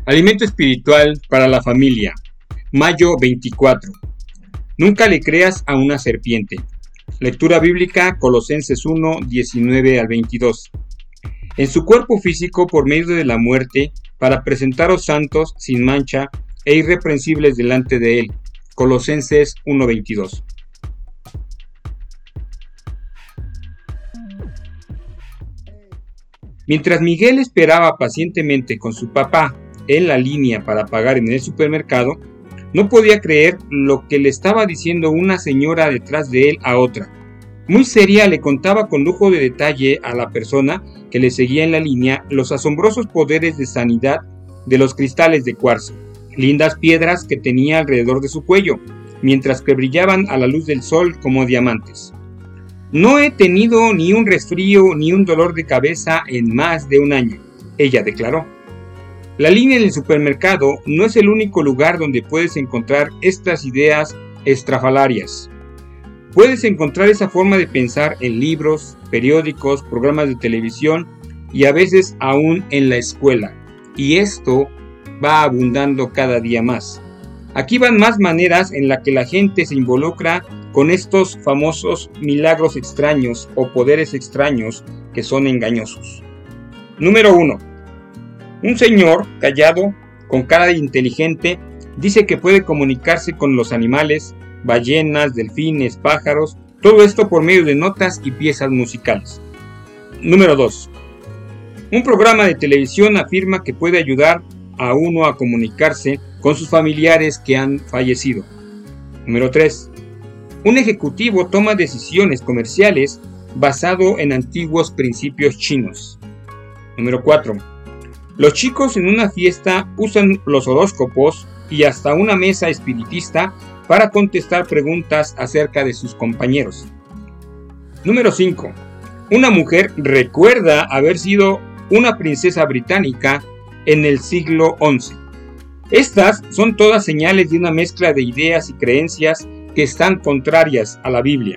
Alimento espiritual para la familia. Mayo 24. Nunca le creas a una serpiente. Lectura bíblica, Colosenses 1, 19 al 22. En su cuerpo físico por medio de la muerte, para presentaros santos, sin mancha e irreprensibles delante de él. Colosenses 1, 22. Mientras Miguel esperaba pacientemente con su papá en la línea para pagar en el supermercado, no podía creer lo que le estaba diciendo una señora detrás de él a otra. Muy seria le contaba con lujo de detalle a la persona que le seguía en la línea los asombrosos poderes de sanidad de los cristales de cuarzo, lindas piedras que tenía alrededor de su cuello, mientras que brillaban a la luz del sol como diamantes. No he tenido ni un resfrío ni un dolor de cabeza en más de un año, ella declaró. La línea del supermercado no es el único lugar donde puedes encontrar estas ideas estrafalarias. Puedes encontrar esa forma de pensar en libros, periódicos, programas de televisión y a veces aún en la escuela. Y esto va abundando cada día más. Aquí van más maneras en las que la gente se involucra con estos famosos milagros extraños o poderes extraños que son engañosos. Número 1. Un señor callado, con cara de inteligente, dice que puede comunicarse con los animales, ballenas, delfines, pájaros, todo esto por medio de notas y piezas musicales. Número 2. Un programa de televisión afirma que puede ayudar a uno a comunicarse con sus familiares que han fallecido. Número 3. Un ejecutivo toma decisiones comerciales basado en antiguos principios chinos. Número 4. Los chicos en una fiesta usan los horóscopos y hasta una mesa espiritista para contestar preguntas acerca de sus compañeros. Número 5. Una mujer recuerda haber sido una princesa británica en el siglo XI. Estas son todas señales de una mezcla de ideas y creencias que están contrarias a la Biblia.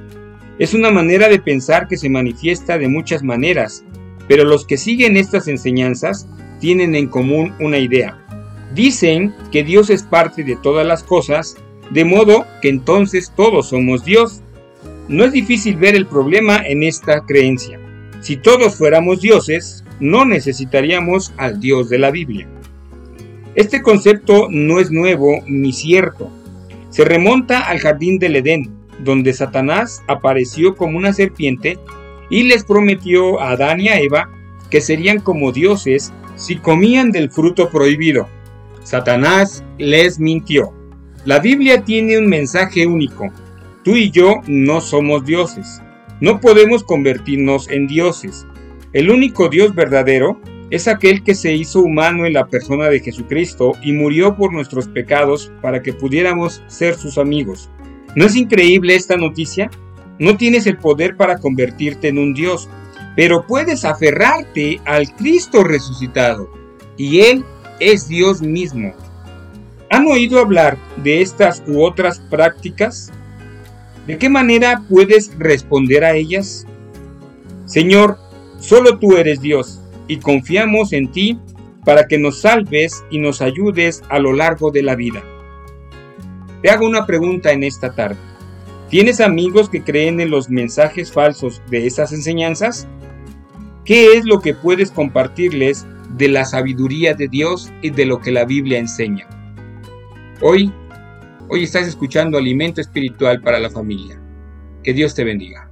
Es una manera de pensar que se manifiesta de muchas maneras, pero los que siguen estas enseñanzas tienen en común una idea. Dicen que Dios es parte de todas las cosas, de modo que entonces todos somos Dios. No es difícil ver el problema en esta creencia. Si todos fuéramos dioses, no necesitaríamos al Dios de la Biblia. Este concepto no es nuevo ni cierto. Se remonta al jardín del Edén, donde Satanás apareció como una serpiente y les prometió a Adán y a Eva que serían como dioses si comían del fruto prohibido. Satanás les mintió. La Biblia tiene un mensaje único. Tú y yo no somos dioses. No podemos convertirnos en dioses. El único Dios verdadero es aquel que se hizo humano en la persona de Jesucristo y murió por nuestros pecados para que pudiéramos ser sus amigos. ¿No es increíble esta noticia? No tienes el poder para convertirte en un Dios, pero puedes aferrarte al Cristo resucitado, y Él es Dios mismo. ¿Han oído hablar de estas u otras prácticas? ¿De qué manera puedes responder a ellas? Señor, solo tú eres Dios, y confiamos en ti para que nos salves y nos ayudes a lo largo de la vida. Te hago una pregunta en esta tarde. ¿Tienes amigos que creen en los mensajes falsos de esas enseñanzas? ¿Qué es lo que puedes compartirles de la sabiduría de Dios y de lo que la Biblia enseña? Hoy estás escuchando Alimento Espiritual para la Familia. Que Dios te bendiga.